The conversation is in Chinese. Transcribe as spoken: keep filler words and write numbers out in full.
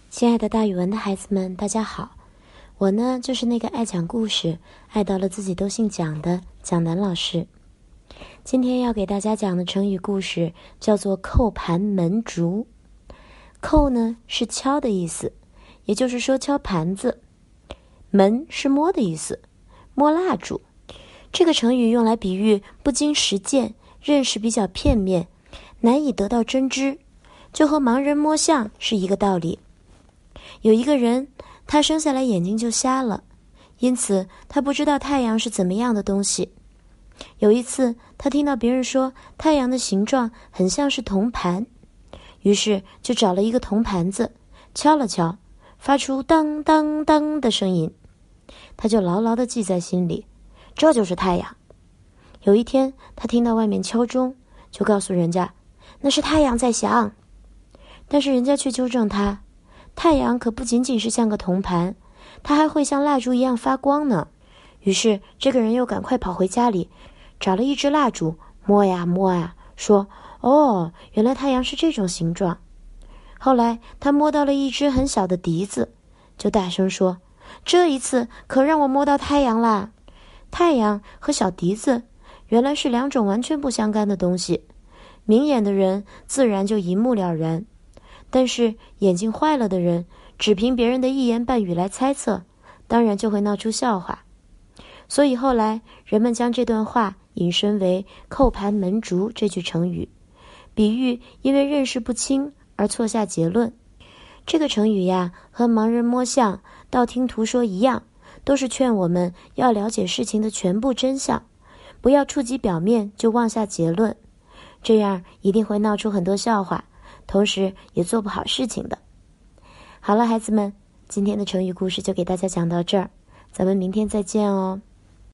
亲爱的大语文的孩子们，大家好，我呢就是那个爱讲故事爱到了自己都姓蒋的蒋楠老师。今天要给大家讲的成语故事叫做扣盘门竹。扣呢是敲的意思，也就是说敲盘子。门是摸的意思，摸蜡烛。这个成语用来比喻不经实践，认识比较片面，难以得到真知，就和盲人摸象是一个道理。有一个人，他生下来眼睛就瞎了，因此他不知道太阳是怎么样的东西。有一次，他听到别人说太阳的形状很像是铜盘，于是就找了一个铜盘子，敲了敲，发出当当当的声音。他就牢牢地记在心里，这就是太阳。有一天，他听到外面敲钟，就告诉人家，那是太阳在响。但是人家却纠正他，太阳可不仅仅是像个铜盘，它还会像蜡烛一样发光呢。于是这个人又赶快跑回家里，找了一支蜡烛，摸呀摸呀，说，哦，原来太阳是这种形状。后来他摸到了一只很小的笛子，就大声说，这一次可让我摸到太阳啦。太阳和小笛子原来是两种完全不相干的东西，明眼的人自然就一目了然，但是眼睛坏了的人只凭别人的一言半语来猜测，当然就会闹出笑话。所以后来人们将这段话引申为扣盘门竹这句成语，比喻因为认识不清而错下结论。这个成语呀，和盲人摸象、道听途说一样，都是劝我们要了解事情的全部真相，不要触及表面就妄下结论，这样一定会闹出很多笑话，同时也做不好事情的。好了，孩子们，今天的成语故事就给大家讲到这儿，咱们明天再见哦。